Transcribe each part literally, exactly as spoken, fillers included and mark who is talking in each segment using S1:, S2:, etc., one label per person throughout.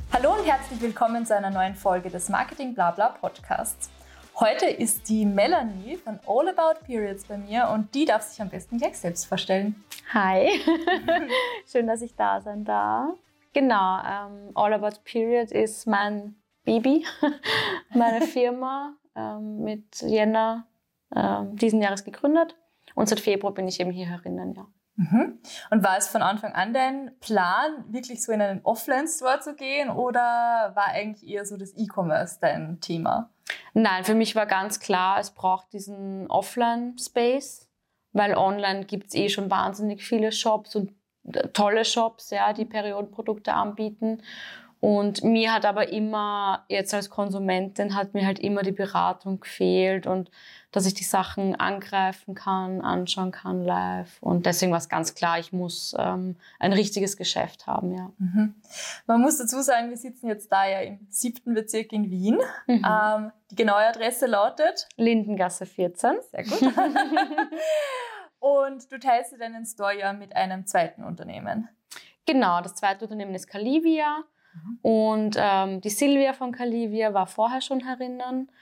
S1: Hallo und herzlich willkommen zu einer neuen Folge des Marketing Blabla Podcasts. Heute ist die Melanie von All About Periods bei mir und die darf sich am besten gleich selbst vorstellen.
S2: Hi, schön, dass ich da sein darf. Genau, um, All About Periods ist mein Baby, meine Firma, ähm, mit Jänner ähm, diesen Jahres gegründet und seit Februar bin ich eben hier herinnen, ja.
S1: Mhm. Und war es von Anfang an dein Plan, wirklich so in einen Offline-Store zu gehen oder war eigentlich eher so das E-Commerce dein Thema?
S2: Nein, für mich war ganz klar, es braucht diesen Offline-Space, weil online gibt es eh schon wahnsinnig viele Shops und tolle Shops, ja, die Periodenprodukte anbieten. Und mir hat aber immer, jetzt als Konsumentin, hat mir halt immer die Beratung gefehlt und dass ich die Sachen angreifen kann, anschauen kann live. Und deswegen war es ganz klar, ich muss ähm, ein richtiges Geschäft haben, ja.
S1: Mhm. Man muss dazu sagen, wir sitzen jetzt da ja im siebten Bezirk in Wien. Mhm. Ähm, die genaue Adresse lautet?
S2: Lindengasse vierzehn.
S1: Sehr gut. Und du teilst deinen Store ja mit einem zweiten Unternehmen.
S2: Genau, das zweite Unternehmen ist Calivia. Mhm. Und ähm, die Silvia von Calivia war vorher schon herinnen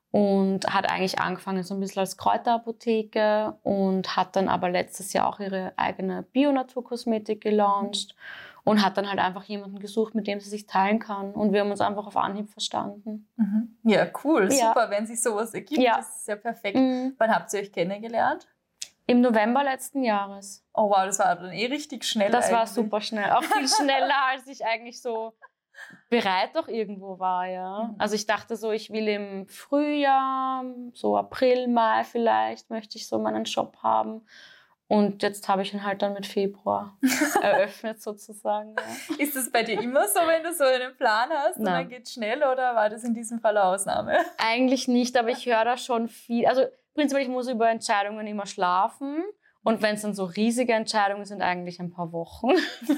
S2: und hat eigentlich angefangen so ein bisschen als Kräuterapotheke und hat dann aber letztes Jahr auch ihre eigene Bio-Naturkosmetik gelauncht mhm. und hat dann halt einfach jemanden gesucht, mit dem sie sich teilen kann. Und wir haben uns einfach auf Anhieb verstanden.
S1: Mhm. Ja, cool.
S2: Ja.
S1: Super, wenn sich sowas ergibt.
S2: Ja.
S1: Das ist ja perfekt.
S2: Mhm.
S1: Wann habt ihr euch kennengelernt?
S2: Im November letzten Jahres.
S1: Oh wow, das war dann eh richtig schnell.
S2: Das
S1: eigentlich.
S2: war super schnell. Auch viel schneller, als ich eigentlich so bereit doch irgendwo war, ja. Mhm. Also ich dachte so, ich will im Frühjahr, so April, Mai vielleicht, möchte ich so meinen Shop haben. Und jetzt habe ich ihn halt dann mit Februar eröffnet sozusagen. Ja.
S1: Ist das bei dir immer so, wenn du so einen Plan hast und
S2: Nein.
S1: dann geht's schnell oder war das in diesem Fall eine Ausnahme?
S2: Eigentlich nicht, aber ich höre da schon viel. Also prinzipiell, ich muss über Entscheidungen immer schlafen. Und wenn es dann so riesige Entscheidungen sind, eigentlich ein paar Wochen.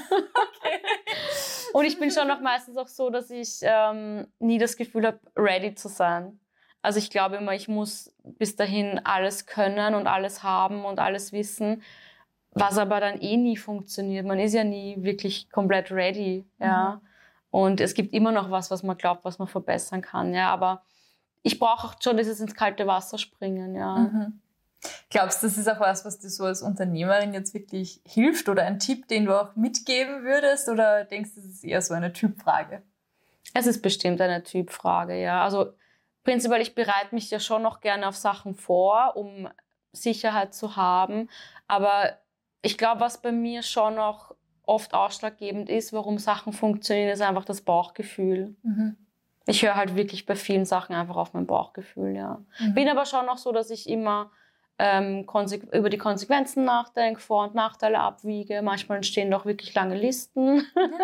S1: Okay.
S2: Und ich bin schon noch meistens auch so, dass ich ähm, nie das Gefühl habe, ready zu sein. Also ich glaube immer, ich muss bis dahin alles können und alles haben und alles wissen, was aber dann eh nie funktioniert. Man ist ja nie wirklich komplett ready, ja. Mhm. Und es gibt immer noch was, was man glaubt, was man verbessern kann, ja. Aber ich brauche auch schon dieses ins kalte Wasser springen, ja.
S1: Mhm. Glaubst du, das ist auch was, was dir so als Unternehmerin jetzt wirklich hilft oder ein Tipp, den du auch mitgeben würdest? Oder denkst du, das ist eher so eine Typfrage?
S2: Es ist bestimmt eine Typfrage, ja. Also prinzipiell, ich bereite mich ja schon noch gerne auf Sachen vor, um Sicherheit zu haben. Aber ich glaube, was bei mir schon noch oft ausschlaggebend ist, warum Sachen funktionieren, ist einfach das Bauchgefühl. Mhm. Ich höre halt wirklich bei vielen Sachen einfach auf mein Bauchgefühl, ja. Mhm. Bin aber schon noch so, dass ich immer ähm, konse- über die Konsequenzen nachdenke, Vor- und Nachteile abwiege. Manchmal entstehen doch wirklich lange Listen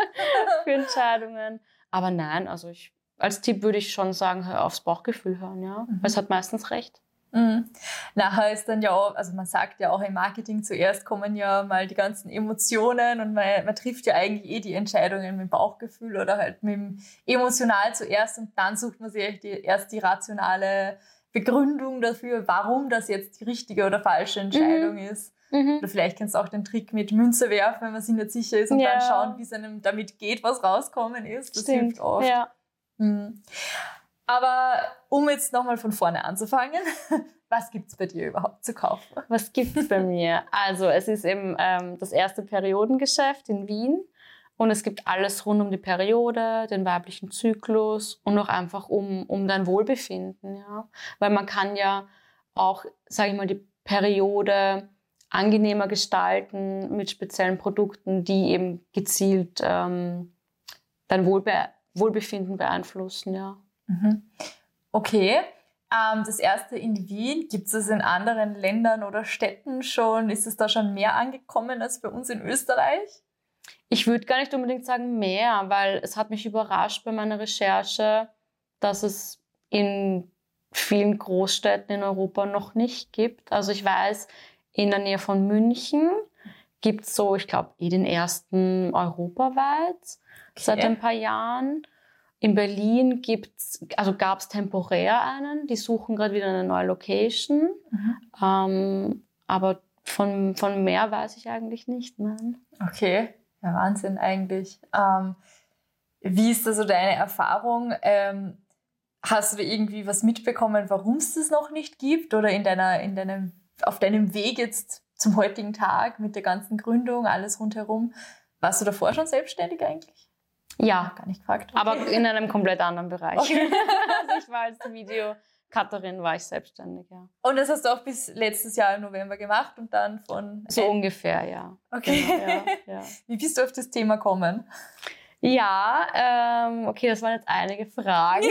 S2: für Entscheidungen. Aber nein, also ich, als Tipp würde ich schon sagen, hör aufs Bauchgefühl hören, ja. Mhm. Es hat meistens recht.
S1: Mhm. Nachher ist dann ja auch, also man sagt ja auch im Marketing, zuerst kommen ja mal die ganzen Emotionen und man, man trifft ja eigentlich eh die Entscheidungen mit dem Bauchgefühl oder halt mit dem emotional zuerst und dann sucht man sich die, erst die rationale Begründung dafür, warum das jetzt die richtige oder falsche Entscheidung mhm. ist. Mhm. Oder vielleicht kennst du auch den Trick mit Münze werfen, wenn man sich nicht sicher ist und ja. dann schauen, wie es einem damit geht, was rauskommen ist. Das
S2: Stimmt.
S1: hilft oft.
S2: Ja.
S1: Mhm. Aber um jetzt nochmal von vorne anzufangen, was gibt's bei dir überhaupt zu kaufen?
S2: Was gibt's bei mir? Also es ist eben ähm, das erste Periodengeschäft in Wien und es gibt alles rund um die Periode, den weiblichen Zyklus und auch einfach um, um dein Wohlbefinden. Ja? Weil man kann ja auch, sage ich mal, die Periode angenehmer gestalten mit speziellen Produkten, die eben gezielt ähm, dein Wohlbe- Wohlbefinden beeinflussen. Ja.
S1: Mhm. Okay. Ähm, das erste in Wien. Gibt es das in anderen Ländern oder Städten schon? Ist es da schon mehr angekommen als bei uns in Österreich?
S2: Ich würde gar nicht unbedingt sagen mehr, weil es hat mich überrascht bei meiner Recherche, dass es in vielen Großstädten in Europa noch nicht gibt. Also ich weiß, in der Nähe von München gibt es so, ich glaube, eh den ersten europaweit okay. seit ein paar Jahren. In Berlin gibt's, also gab es temporär einen, die suchen gerade wieder eine neue Location. Mhm. Ähm, aber von, von mehr weiß ich eigentlich nicht. Nein.
S1: Okay, ja, Wahnsinn eigentlich. Ähm, Wie ist da so deine Erfahrung? Ähm, hast du da irgendwie was mitbekommen, warum es das noch nicht gibt? Oder in deiner, in deinem, auf deinem Weg jetzt zum heutigen Tag mit der ganzen Gründung, alles rundherum? Warst du davor schon selbstständig eigentlich?
S2: Ja,
S1: Gar nicht gefragt. Okay.
S2: Aber in einem komplett anderen Bereich.
S1: Okay.
S2: Also ich war als Videocutterin, war ich selbstständig, ja.
S1: Und das hast du auch bis letztes Jahr im November gemacht und dann von...
S2: So äh, ungefähr, ja.
S1: Okay.
S2: Genau, ja, ja.
S1: Wie bist du auf das Thema gekommen?
S2: Ja, ähm, okay, das waren jetzt einige Fragen.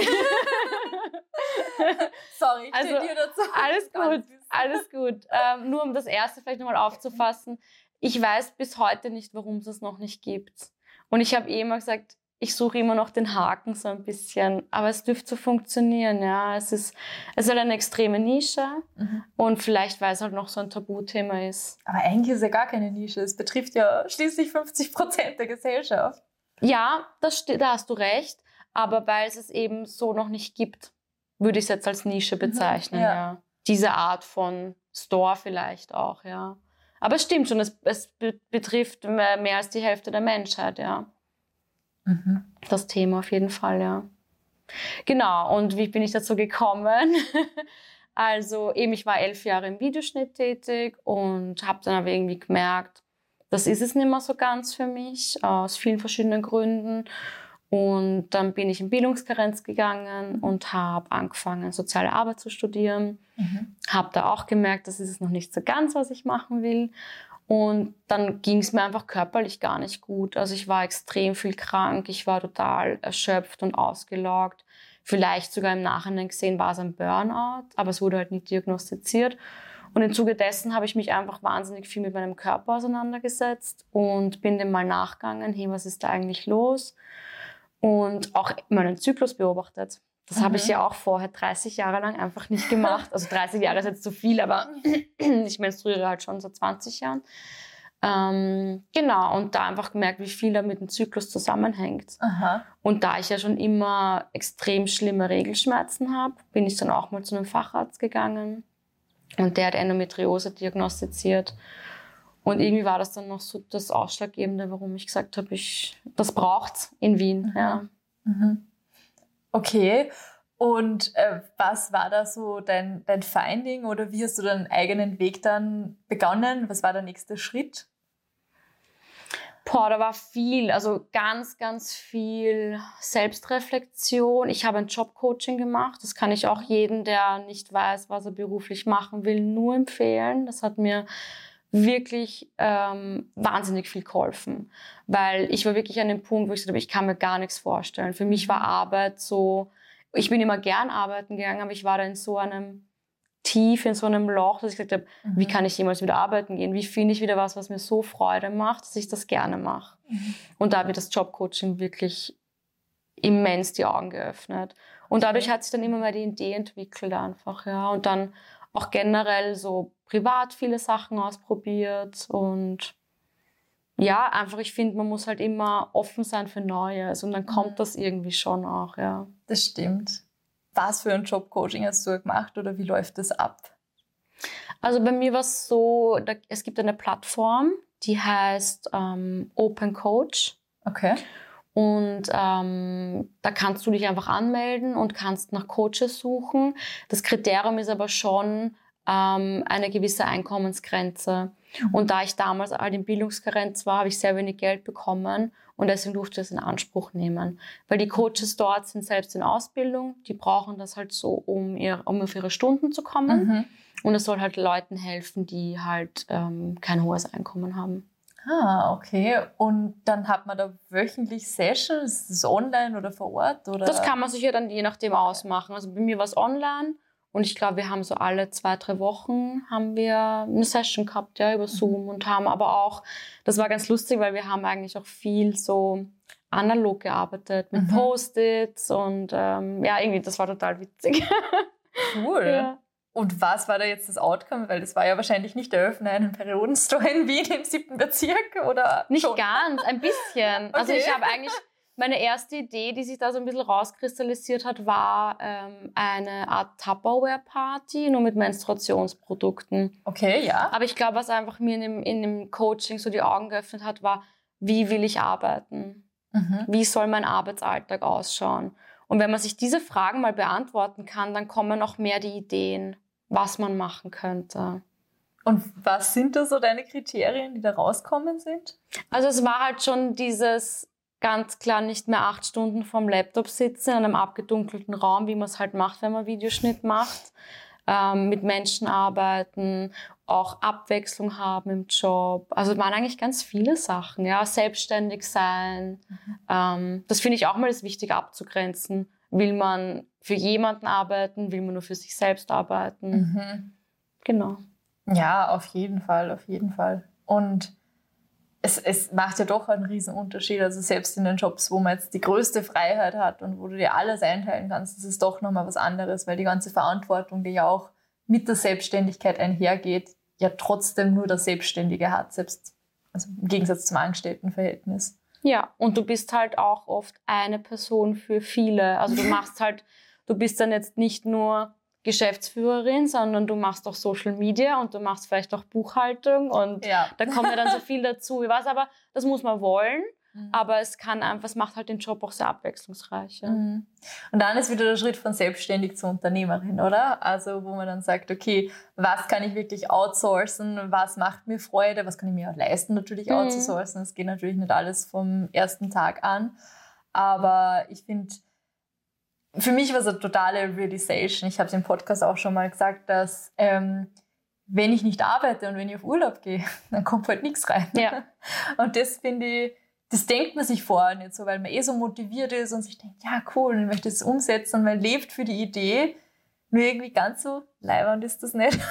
S1: Sorry, ich
S2: also,
S1: stehe dir dazu.
S2: Alles gut, alles gut. Ähm, nur um das erste vielleicht nochmal aufzufassen. Ich weiß bis heute nicht, warum es es noch nicht gibt. Und ich habe eh immer gesagt, ich suche immer noch den Haken so ein bisschen. Aber es dürfte so funktionieren, ja. Es ist, es ist halt eine extreme Nische. Mhm. Und vielleicht, weil es halt noch so ein Tabuthema ist.
S1: Aber eigentlich ist es ja gar keine Nische. Es betrifft ja schließlich fünfzig Prozent der Gesellschaft.
S2: Ja, das, da hast du recht. Aber weil es es eben so noch nicht gibt, würde ich es jetzt als Nische bezeichnen, mhm, ja. ja. Diese Art von Store vielleicht auch, ja. Aber es stimmt schon, es, es be- betrifft mehr, mehr als die Hälfte der Menschheit, ja. Mhm. Das Thema auf jeden Fall, ja. Genau, und wie bin ich dazu gekommen? Also eben, ich war elf Jahre im Videoschnitt tätig und habe dann aber irgendwie gemerkt, das ist es nicht mehr so ganz für mich, aus vielen verschiedenen Gründen. Und dann bin ich in Bildungskarenz gegangen und habe angefangen, soziale Arbeit zu studieren. Mhm. Habe da auch gemerkt, das ist es noch nicht so ganz, was ich machen will. Und dann ging es mir einfach körperlich gar nicht gut. Also ich war extrem viel krank, ich war total erschöpft und ausgelaugt. Vielleicht sogar im Nachhinein gesehen war es ein Burnout, aber es wurde halt nicht diagnostiziert. Und im Zuge dessen habe ich mich einfach wahnsinnig viel mit meinem Körper auseinandergesetzt und bin dem mal nachgegangen, hey, was ist da eigentlich los? Und auch meinen Zyklus beobachtet. Das mhm. habe ich ja auch vorher dreißig Jahre lang einfach nicht gemacht. Also dreißig Jahre ist jetzt zu viel, aber ich menstruiere halt schon seit zwanzig Jahren. Ähm, genau, und da einfach gemerkt, wie viel da mit dem Zyklus zusammenhängt. Aha. Und da ich ja schon immer extrem schlimme Regelschmerzen habe, bin ich dann auch mal zu einem Facharzt gegangen. Und der hat Endometriose diagnostiziert. Und irgendwie war das dann noch so das Ausschlaggebende, warum ich gesagt habe, ich, das braucht's in Wien.
S1: Mhm.
S2: Ja.
S1: Mhm. Okay. Und äh, was war da so dein, dein Finding oder wie hast du deinen eigenen Weg dann begonnen? Was war der nächste Schritt?
S2: Boah, da war viel, also ganz, ganz viel Selbstreflexion. Ich habe ein Jobcoaching gemacht. Das kann ich auch jedem, der nicht weiß, was er beruflich machen will, nur empfehlen. Das hat mir wirklich ähm, wahnsinnig viel geholfen, weil ich war wirklich an dem Punkt, wo ich gesagt habe, ich kann mir gar nichts vorstellen. Für mich war Arbeit so, ich bin immer gern arbeiten gegangen, aber ich war da in so einem Tief, in so einem Loch, dass ich gesagt habe, mhm. wie kann ich jemals wieder arbeiten gehen? Wie finde ich wieder was, was mir so Freude macht, dass ich das gerne mache? Mhm. Und da hat mir das Jobcoaching wirklich immens die Augen geöffnet. Und dadurch hat sich dann immer mehr die Idee entwickelt einfach, ja. Und dann auch generell so privat viele Sachen ausprobiert und ja, einfach, ich finde, man muss halt immer offen sein für Neues und dann kommt mhm. das irgendwie schon auch, ja.
S1: Das stimmt. Was für ein Jobcoaching hast du gemacht oder wie läuft das ab?
S2: Also bei mir war es so, da, es gibt eine Plattform, die heißt ähm, Open Coach.
S1: Okay.
S2: Und ähm, da kannst du dich einfach anmelden und kannst nach Coaches suchen. Das Kriterium ist aber schon ähm, eine gewisse Einkommensgrenze. Mhm. Und da ich damals halt in Bildungskarenz war, habe ich sehr wenig Geld bekommen und deswegen durfte ich das in Anspruch nehmen. Weil die Coaches dort sind selbst in Ausbildung, die brauchen das halt so, um, ihr, um auf ihre Stunden zu kommen. Mhm. Und es soll halt Leuten helfen, die halt ähm, kein hohes Einkommen haben.
S1: Ah, okay. Und dann hat man da wöchentlich Sessions? Ist das online oder vor Ort? Oder?
S2: Das kann man sich ja dann je nachdem ausmachen. Also bei mir war es online und ich glaube, wir haben so alle zwei, drei Wochen haben wir eine Session gehabt, ja, über Zoom mhm. und haben aber auch, das war ganz lustig, weil wir haben eigentlich auch viel so analog gearbeitet mit mhm. Post-its und ähm, ja, irgendwie, das war total witzig.
S1: Cool. Ja. Und was war da jetzt das Outcome? Weil das war ja wahrscheinlich nicht der Öffner einen Periodenstore in Wien im siebten Bezirk, oder?
S2: Nicht
S1: schon?
S2: ganz, ein bisschen. Okay. Also ich habe eigentlich, meine erste Idee, die sich da so ein bisschen rauskristallisiert hat, war ähm, eine Art Tupperware-Party, nur mit Menstruationsprodukten.
S1: Okay, ja.
S2: Aber ich glaube, was einfach mir in dem, in dem Coaching so die Augen geöffnet hat, war, wie will ich arbeiten? Mhm. Wie soll mein Arbeitsalltag ausschauen? Und wenn man sich diese Fragen mal beantworten kann, dann kommen noch mehr die Ideen, was man machen könnte.
S1: Und was sind da so deine Kriterien, die da rauskommen sind?
S2: Also es war halt schon dieses ganz klar nicht mehr acht Stunden vorm Laptop sitzen in einem abgedunkelten Raum, wie man es halt macht, wenn man Videoschnitt macht. Ähm, mit Menschen arbeiten, auch Abwechslung haben im Job. Also es waren eigentlich ganz viele Sachen. Ja, selbstständig sein. Mhm. Ähm, das finde ich auch mal das Wichtige abzugrenzen. Will man für jemanden arbeiten? Will man nur für sich selbst arbeiten?
S1: Mhm.
S2: Genau.
S1: Ja, auf jeden Fall, auf jeden Fall. Und es, es macht ja doch einen riesen Unterschied. Also selbst in den Jobs, wo man jetzt die größte Freiheit hat und wo du dir alles einteilen kannst, das ist doch nochmal was anderes, weil die ganze Verantwortung, die ja auch mit der Selbstständigkeit einhergeht, ja trotzdem nur der Selbstständige hat, selbst also im Gegensatz zum Angestelltenverhältnis.
S2: Ja, und du bist halt auch oft eine Person für viele. Also du machst halt, du bist dann jetzt nicht nur Geschäftsführerin, sondern du machst auch Social Media und du machst vielleicht auch Buchhaltung und
S1: ja.
S2: da kommt ja dann so viel dazu. Ich weiß aber, das muss man wollen, mhm. aber es kann einfach, es macht halt den Job auch sehr abwechslungsreich. Ja.
S1: Mhm. Und dann ist wieder der Schritt von selbstständig zur Unternehmerin, oder? Also wo man dann sagt, okay, was kann ich wirklich outsourcen, was macht mir Freude, was kann ich mir auch leisten, natürlich mhm. outzusourcen. Das geht natürlich nicht alles vom ersten Tag an, aber ich finde, für mich war es eine totale Realization. Ich habe es im Podcast auch schon mal gesagt, dass ähm, wenn ich nicht arbeite und wenn ich auf Urlaub gehe, dann kommt halt nichts rein.
S2: Ja.
S1: Und das finde ich, das denkt man sich vorher nicht so, weil man eh so motiviert ist und sich denkt, ja cool, ich möchte es umsetzen und man lebt für die Idee. Nur irgendwie ganz so leiwand ist das nicht.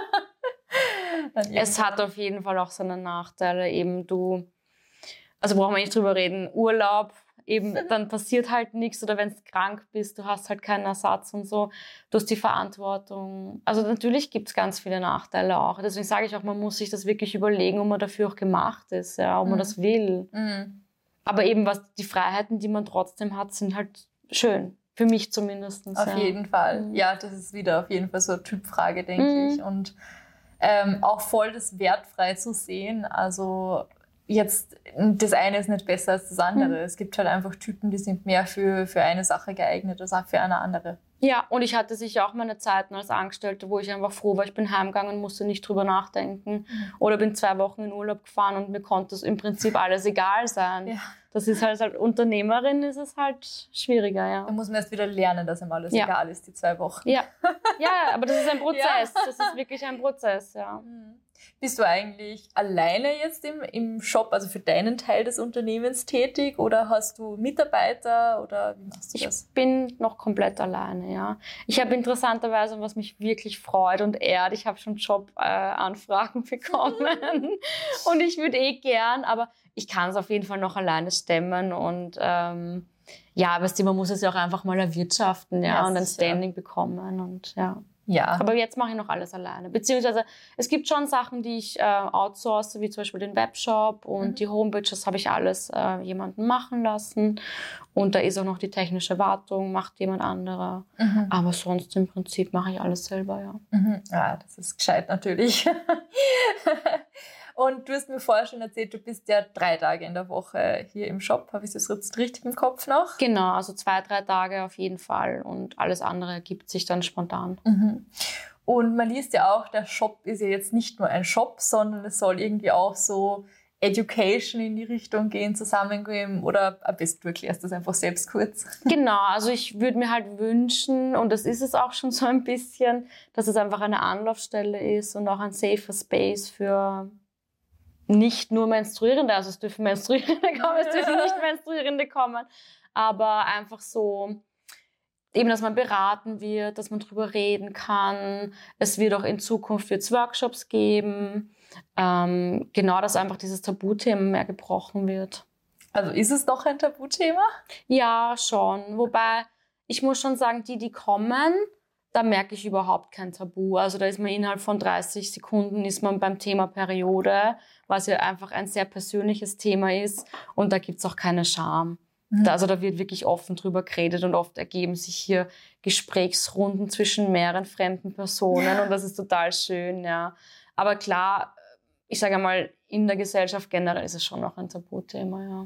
S2: Es hat auf jeden Fall auch seine Nachteile. Eben du, also brauchen wir nicht drüber reden, Urlaub, eben, dann passiert halt nichts oder wenn du krank bist, du hast halt keinen Ersatz und so. Du hast die Verantwortung. Also natürlich gibt es ganz viele Nachteile auch. Deswegen sage ich auch, man muss sich das wirklich überlegen, ob man dafür auch gemacht ist, ja, ob man mhm. das will.
S1: Mhm.
S2: Aber eben was die Freiheiten, die man trotzdem hat, sind halt schön. Für mich zumindest.
S1: Auf ja. jeden Fall. Mhm. Ja, das ist wieder auf jeden Fall so eine Typfrage, denke mhm. ich. Und ähm, auch voll das wertfrei zu sehen. Also jetzt, das eine ist nicht besser als das andere. Mhm. Es gibt halt einfach Typen, die sind mehr für, für eine Sache geeignet als auch für eine andere.
S2: Ja, und ich hatte sicher auch meine Zeiten als Angestellte, wo ich einfach froh war, ich bin heimgegangen und musste nicht drüber nachdenken. Mhm. Oder bin zwei Wochen in Urlaub gefahren und mir konnte es im Prinzip alles egal sein. Ja. Das ist halt, als Unternehmerin ist es halt schwieriger, ja.
S1: Da muss man erst wieder lernen, dass ihm alles ja. egal ist, die zwei Wochen.
S2: Ja, ja, aber das ist ein Prozess. Ja. Das ist wirklich ein Prozess, ja.
S1: Mhm. Bist du eigentlich alleine jetzt im, im Shop, also für deinen Teil des Unternehmens tätig oder hast du Mitarbeiter oder wie machst du das?
S2: Ich bin noch komplett alleine, ja. Ich habe interessanterweise, was mich wirklich freut und ehrt, ich habe schon Jobanfragen äh, bekommen und ich würde eh gern, aber ich kann es auf jeden Fall noch alleine stemmen und ähm, ja, weißt du, man muss es ja auch einfach mal erwirtschaften, ja, ja und ein Standing bekommen und ja.
S1: Ja.
S2: Aber jetzt mache ich noch alles alleine. Beziehungsweise es gibt schon Sachen, die ich äh, outsource, wie zum Beispiel den Webshop und mhm. die Homepage, das habe ich alles äh, jemanden machen lassen. Und da ist auch noch die technische Wartung, macht jemand anderer. Mhm. Aber sonst im Prinzip mache ich alles selber, ja.
S1: Mhm. Ja, das ist gescheit natürlich. Und du hast mir vorher schon erzählt, du bist ja drei Tage in der Woche hier im Shop. Habe ich das jetzt richtig im Kopf noch?
S2: Genau, also zwei, drei Tage auf jeden Fall. Und alles andere ergibt sich dann spontan.
S1: Mhm. Und man liest ja auch, der Shop ist ja jetzt nicht nur ein Shop, sondern es soll irgendwie auch so Education in die Richtung gehen, zusammengehen. Oder am besten du erklärst das einfach selbst kurz.
S2: Genau, also ich würde mir halt wünschen, und das ist es auch schon so ein bisschen, dass es einfach eine Anlaufstelle ist und auch ein safer Space für nicht nur Menstruierende, also es dürfen Menstruierende kommen, es dürfen nicht Menstruierende kommen, aber einfach so, eben, dass man beraten wird, dass man drüber reden kann. Es wird auch in Zukunft wird's Workshops geben, ähm, genau, dass einfach dieses Tabuthema mehr gebrochen wird.
S1: Also ist es noch ein Tabuthema?
S2: Ja, schon, wobei ich muss schon sagen, die, die kommen, da merke ich überhaupt kein Tabu. Also da ist man innerhalb von dreißig Sekunden ist man beim Thema Periode, was ja einfach ein sehr persönliches Thema ist. Und da gibt's auch keine Scham. Mhm. Da, also da wird wirklich offen drüber geredet und oft ergeben sich hier Gesprächsrunden zwischen mehreren fremden Personen. Ja. Und das ist total schön, ja. Aber klar, ich sage einmal, in der Gesellschaft generell ist es schon noch ein Tabuthema, ja.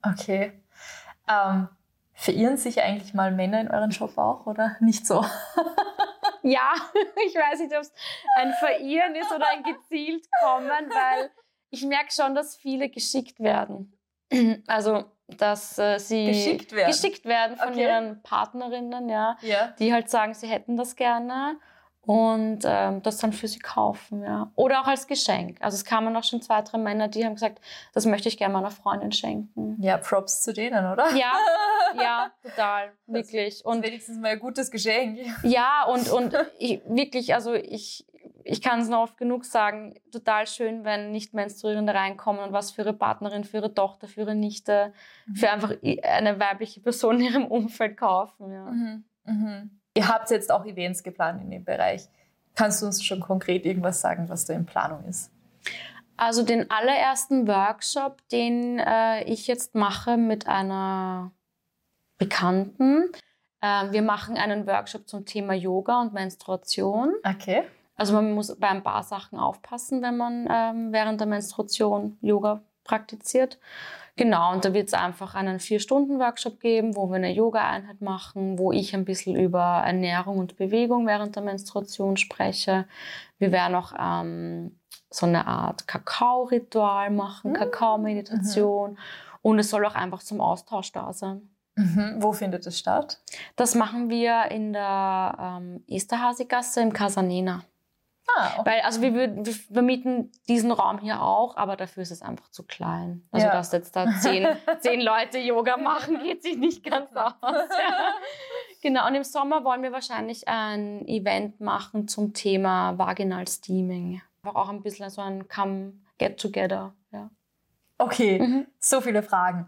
S1: Okay. Ähm, verirren sich eigentlich mal Männer in euren Job auch oder nicht so?
S2: Ja, ich weiß nicht, ob es ein Verirren ist oder ein gezielt Kommen, weil ich merke schon, dass viele geschickt werden. Also, dass äh, sie
S1: Geschickt werden?
S2: geschickt werden von
S1: Okay.
S2: ihren Partnerinnen, ja,
S1: Ja.
S2: die halt sagen, sie hätten das gerne und ähm, das dann für sie kaufen, ja. Oder auch als Geschenk. Also es kamen auch schon zwei, drei Männer, die haben gesagt, das möchte ich gerne meiner Freundin schenken.
S1: Ja, Props zu denen, oder?
S2: Ja, ja, total, wirklich.
S1: Und
S2: Und
S1: wenigstens mal ein gutes Geschenk.
S2: ja, und, und ich, wirklich, also ich, ich kann es noch oft genug sagen, total schön, wenn Nicht-Menstruierende reinkommen und was für ihre Partnerin, für ihre Tochter, für ihre Nichte, mhm. für einfach eine weibliche Person in ihrem Umfeld kaufen. Ja.
S1: Mhm. Mhm. Ihr habt jetzt auch Events geplant in dem Bereich. Kannst du uns schon konkret irgendwas sagen, was da in Planung ist?
S2: Also den allerersten Workshop, den äh, ich jetzt mache mit einer Bekannten, äh, wir machen einen Workshop zum Thema Yoga und Menstruation.
S1: Okay.
S2: Also man muss bei ein paar Sachen aufpassen, wenn man ähm, während der Menstruation Yoga praktiziert. Genau, und da wird es einfach einen vier-Stunden-Workshop geben, wo wir eine Yoga-Einheit machen, wo ich ein bisschen über Ernährung und Bewegung während der Menstruation spreche. Wir werden auch ähm, so eine Art Kakao-Ritual machen, mhm. Kakao-Meditation. Mhm. Und es soll auch einfach zum Austausch da sein.
S1: Mhm. Wo findet es statt?
S2: Das machen wir in der ähm, Esterhazy-Gasse im Casanena.
S1: Ah, okay.
S2: Weil, also wir, würden, wir vermieten diesen Raum hier auch, aber dafür ist es einfach zu klein. Also,
S1: ja.
S2: dass jetzt da zehn, zehn Leute Yoga machen, geht sich nicht ganz aus. Ja. Genau, und im Sommer wollen wir wahrscheinlich ein Event machen zum Thema Vaginal Steaming. Einfach auch ein bisschen so ein Come-Get-Together. Ja.
S1: Okay, mhm. so viele Fragen.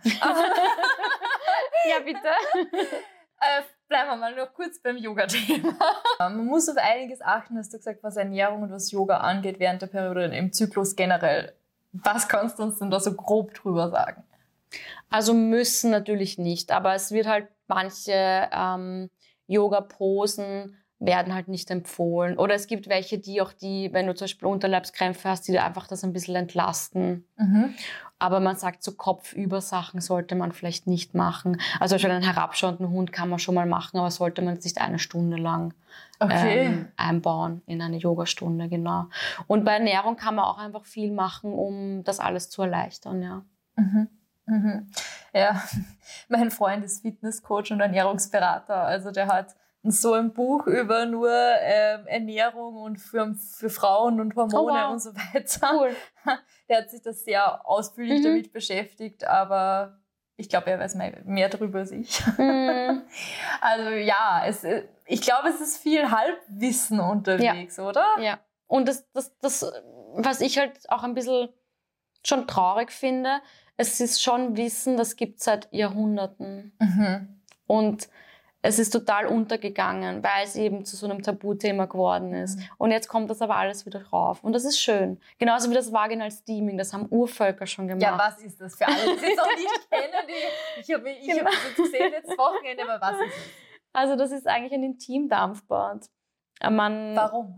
S2: Ja, bitte.
S1: Äh, bleiben wir mal noch kurz beim Yoga-Thema. Man muss auf einiges achten, hast du gesagt, was Ernährung und was Yoga angeht während der Periode im Zyklus generell. Was kannst du uns denn da so grob drüber sagen?
S2: Also müssen natürlich nicht, aber es wird halt manche ähm, Yoga-Posen werden halt nicht empfohlen. Oder es gibt welche, die auch die, wenn du zum Beispiel Unterleibskrämpfe hast, die dir einfach das ein bisschen entlasten. Mhm. Aber man sagt, so Kopfüber-Sachen sollte man vielleicht nicht machen. Also schon einen herabschauenden Hund kann man schon mal machen, aber sollte man jetzt nicht eine Stunde lang
S1: okay.
S2: ähm, einbauen in eine Yogastunde, genau. Und bei Ernährung kann man auch einfach viel machen, um das alles zu erleichtern, ja.
S1: Mhm. Mhm. Ja, mein Freund ist Fitnesscoach und Ernährungsberater, also der hat so ein Buch über nur ähm, Ernährung und für, für Frauen und Hormone oh, wow. und so weiter.
S2: Cool.
S1: Der hat sich das sehr ausführlich mhm. damit beschäftigt, aber ich glaube, er weiß mehr, mehr darüber als ich. Mhm. Also ja, es, ich glaube, es ist viel Halbwissen unterwegs,
S2: ja.
S1: oder?
S2: Ja, und das, das, das, was ich halt auch ein bisschen schon traurig finde, es ist schon Wissen, das gibt es seit Jahrhunderten. Mhm. Und es ist total untergegangen, weil es eben zu so einem Tabuthema geworden ist. Mhm. Und jetzt kommt das aber alles wieder rauf. Und das ist schön. Genauso wie das Vaginal Steaming, das haben Urvölker schon gemacht.
S1: Ja, was ist das für alle, die es auch nicht kennen? Die, ich habe ich genau. hab das jetzt gesehen letztes Wochenende, aber was ist das?
S2: Also das ist eigentlich ein Intimdampfbad. Man,
S1: Warum?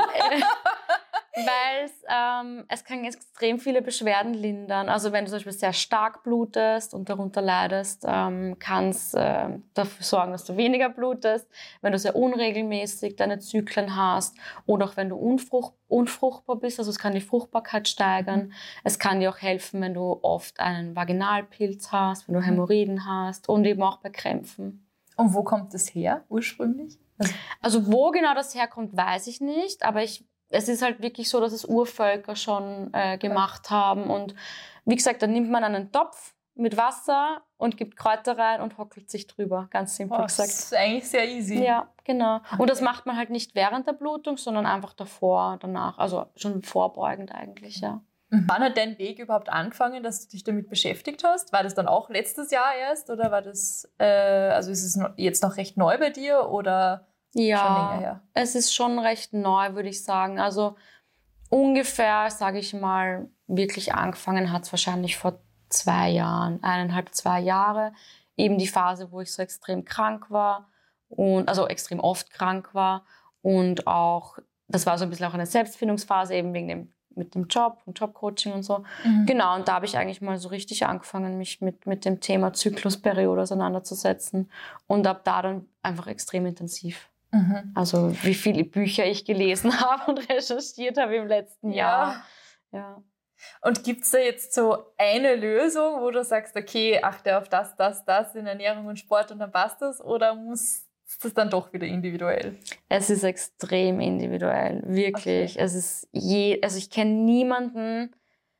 S2: Weil ähm, es kann extrem viele Beschwerden lindern. Also wenn du zum Beispiel sehr stark blutest und darunter leidest, ähm, kann es äh, dafür sorgen, dass du weniger blutest. Wenn du sehr unregelmäßig deine Zyklen hast oder auch wenn du unfrucht, unfruchtbar bist, also es kann die Fruchtbarkeit steigern. Es kann dir auch helfen, wenn du oft einen Vaginalpilz hast, wenn du Hämorrhoiden hast und eben auch bei Krämpfen.
S1: Und wo kommt das her ursprünglich?
S2: Also, also wo genau das herkommt, weiß ich nicht, aber ich es ist halt wirklich so, dass es Urvölker schon äh, gemacht haben. Und wie gesagt, dann nimmt man einen Topf mit Wasser und gibt Kräuter rein und hockelt sich drüber. Ganz simpel
S1: oh,
S2: gesagt.
S1: Das ist eigentlich sehr easy.
S2: Ja, genau. Und das macht man halt nicht während der Blutung, sondern einfach davor, danach. Also schon vorbeugend eigentlich, ja.
S1: Wann hat dein Weg überhaupt angefangen, dass du dich damit beschäftigt hast? War das dann auch letztes Jahr erst? Oder war das, äh, also ist es jetzt noch recht neu bei dir oder...
S2: Ja,
S1: schon länger her.
S2: Es ist schon recht neu, würde ich sagen. Also ungefähr, sage ich mal, wirklich angefangen hat es wahrscheinlich vor zwei Jahren, eineinhalb, zwei Jahre. Eben die Phase, wo ich so extrem krank war, und also extrem oft krank war. Und auch, das war so ein bisschen auch eine Selbstfindungsphase, eben wegen dem mit dem Job und Jobcoaching und so.
S1: Mhm.
S2: Genau, und da habe ich eigentlich mal so richtig angefangen, mich mit, mit dem Thema Zyklusperiode auseinanderzusetzen und ab da dann einfach extrem intensiv.
S1: Mhm.
S2: Also wie viele Bücher ich gelesen habe und recherchiert habe im letzten
S1: Ja.
S2: Jahr. Ja.
S1: Und gibt es da jetzt so eine Lösung, wo du sagst, okay, achte auf das, das, das in Ernährung und Sport und dann passt das? Oder muss das dann doch wieder individuell?
S2: Es ist extrem individuell, wirklich.
S1: Okay.
S2: Es ist je, also ich kenne niemanden,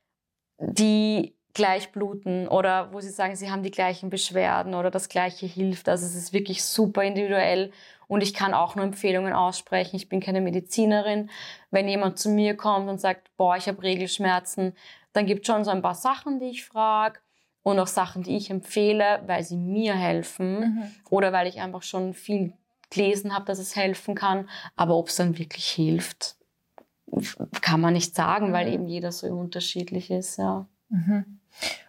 S2: die gleich bluten oder wo sie sagen, sie haben die gleichen Beschwerden oder das Gleiche hilft. Also es ist wirklich super individuell und ich kann auch nur Empfehlungen aussprechen. Ich bin keine Medizinerin. Wenn jemand zu mir kommt und sagt, boah, ich habe Regelschmerzen, dann gibt es schon so ein paar Sachen, die ich frage und auch Sachen, die ich empfehle, weil sie mir helfen
S1: Mhm.
S2: oder weil ich einfach schon viel gelesen habe, dass es helfen kann. Aber ob es dann wirklich hilft, kann man nicht sagen, weil
S1: Mhm.
S2: eben jeder so unterschiedlich ist, ja.
S1: Mhm.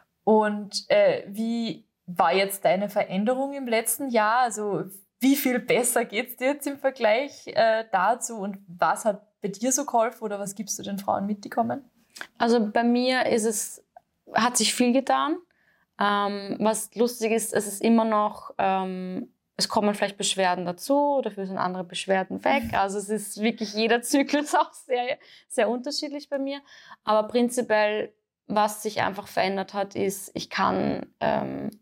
S1: Und äh, wie war jetzt deine Veränderung im letzten Jahr? Also wie viel besser geht es dir jetzt im Vergleich äh, dazu und was hat bei dir so geholfen oder was gibst du den Frauen mit, die kommen?
S2: Also bei mir ist es, hat sich viel getan. Ähm, was lustig ist, es ist immer noch, ähm, es kommen vielleicht Beschwerden dazu, dafür sind andere Beschwerden weg. Also es ist wirklich jeder Zyklus auch sehr, sehr unterschiedlich bei mir. Aber prinzipiell, was sich einfach verändert hat, ist, ich kann ähm,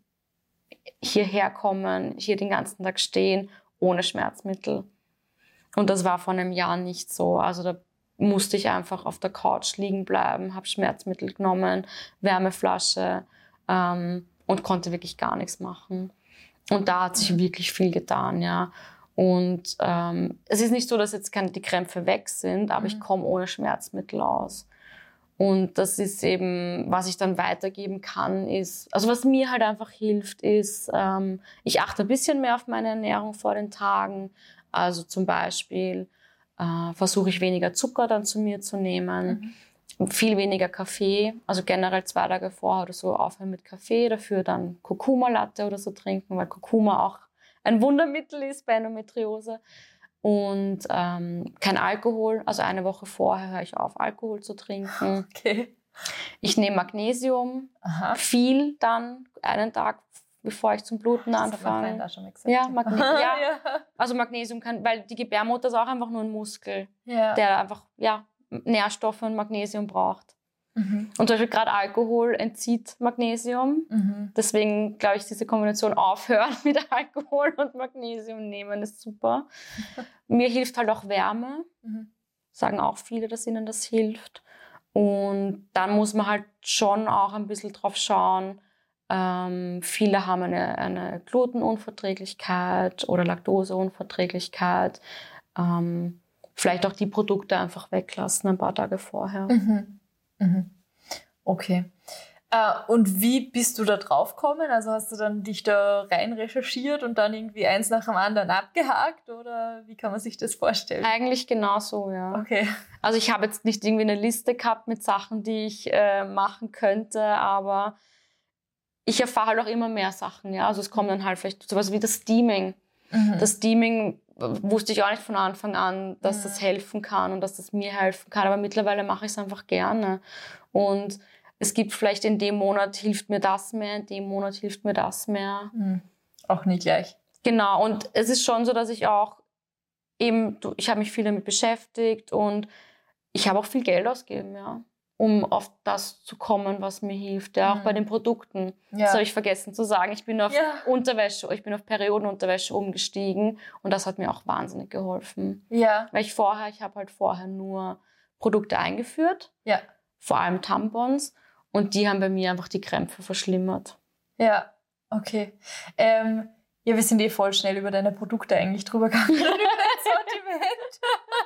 S2: hierher kommen, hier den ganzen Tag stehen, ohne Schmerzmittel. Und das war vor einem Jahr nicht so. Also da musste ich einfach auf der Couch liegen bleiben, habe Schmerzmittel genommen, Wärmeflasche ähm, und konnte wirklich gar nichts machen. Und da hat sich wirklich viel getan, ja. Und ähm, es ist nicht so, dass jetzt keine, die Krämpfe weg sind, aber
S1: Mhm.
S2: ich komme ohne Schmerzmittel aus. Und das ist eben, was ich dann weitergeben kann, ist, also was mir halt einfach hilft, ist, ähm, ich achte ein bisschen mehr auf meine Ernährung vor den Tagen. Also zum Beispiel äh, versuche ich weniger Zucker dann zu mir zu nehmen,
S1: Mhm.
S2: viel weniger Kaffee, also generell zwei Tage vorher oder so aufhören mit Kaffee, dafür dann Kurkuma-Latte oder so trinken, weil Kurkuma auch ein Wundermittel ist bei Endometriose. Und ähm, kein Alkohol, also eine Woche vorher höre ich auf, Alkohol zu trinken.
S1: Okay.
S2: Ich nehme Magnesium,
S1: Aha.
S2: viel dann, einen Tag bevor ich zum Bluten
S1: Das hat mein Freund
S2: anfange.
S1: auch schon mal gesagt.
S2: Ja, Magne ja.
S1: ja.
S2: Also Magnesium kann, weil die Gebärmutter ist auch einfach nur ein Muskel,
S1: Ja.
S2: der einfach ja, Nährstoffe und Magnesium braucht.
S1: Mhm.
S2: Und zum Beispiel gerade Alkohol entzieht Magnesium.
S1: Mhm.
S2: Deswegen glaube ich, diese Kombination aufhören mit Alkohol und Magnesium nehmen ist super. Mir hilft halt auch Wärme.
S1: Mhm.
S2: Sagen auch viele, dass ihnen das hilft. Und dann muss man halt schon auch ein bisschen drauf schauen. Ähm, viele haben eine, eine Glutenunverträglichkeit oder Laktoseunverträglichkeit. Ähm, vielleicht auch die Produkte einfach weglassen ein paar Tage vorher.
S1: Mhm. Mhm. Okay. Äh, und wie bist du da drauf gekommen? Also hast du dann dich da rein recherchiert und dann irgendwie eins nach dem anderen abgehakt oder wie kann man sich das vorstellen?
S2: Eigentlich genauso, ja.
S1: Okay.
S2: Also ich habe jetzt nicht irgendwie eine Liste gehabt mit Sachen, die ich äh, machen könnte, aber ich erfahre halt auch immer mehr Sachen, ja. Also es kommt dann halt vielleicht sowas wie das Steaming.
S1: Mhm.
S2: Das Steaming wusste ich auch nicht von Anfang an, dass
S1: Mhm.
S2: das helfen kann und dass das mir helfen kann, aber mittlerweile mache ich es einfach gerne. Und es gibt vielleicht in dem Monat hilft mir das mehr, in dem Monat hilft mir das mehr.
S1: Mhm. Auch nie gleich.
S2: Genau, und es ist schon so, dass ich auch eben, ich habe mich viel damit beschäftigt und ich habe auch viel Geld ausgegeben, ja, um auf das zu kommen, was mir hilft. Ja, auch
S1: Mhm.
S2: bei den Produkten.
S1: Ja.
S2: Das habe ich vergessen zu sagen. Ich bin auf
S1: Ja.
S2: Unterwäsche, ich bin auf Periodenunterwäsche umgestiegen und das hat mir auch wahnsinnig geholfen.
S1: Ja.
S2: Weil ich vorher, ich habe halt vorher nur Produkte eingeführt,
S1: Ja.
S2: vor allem Tampons, und die haben bei mir einfach die Krämpfe verschlimmert.
S1: Ja. Okay. Ähm, ja, wir sind eh voll schnell über deine Produkte eigentlich drüber gegangen. über dein Sortiment.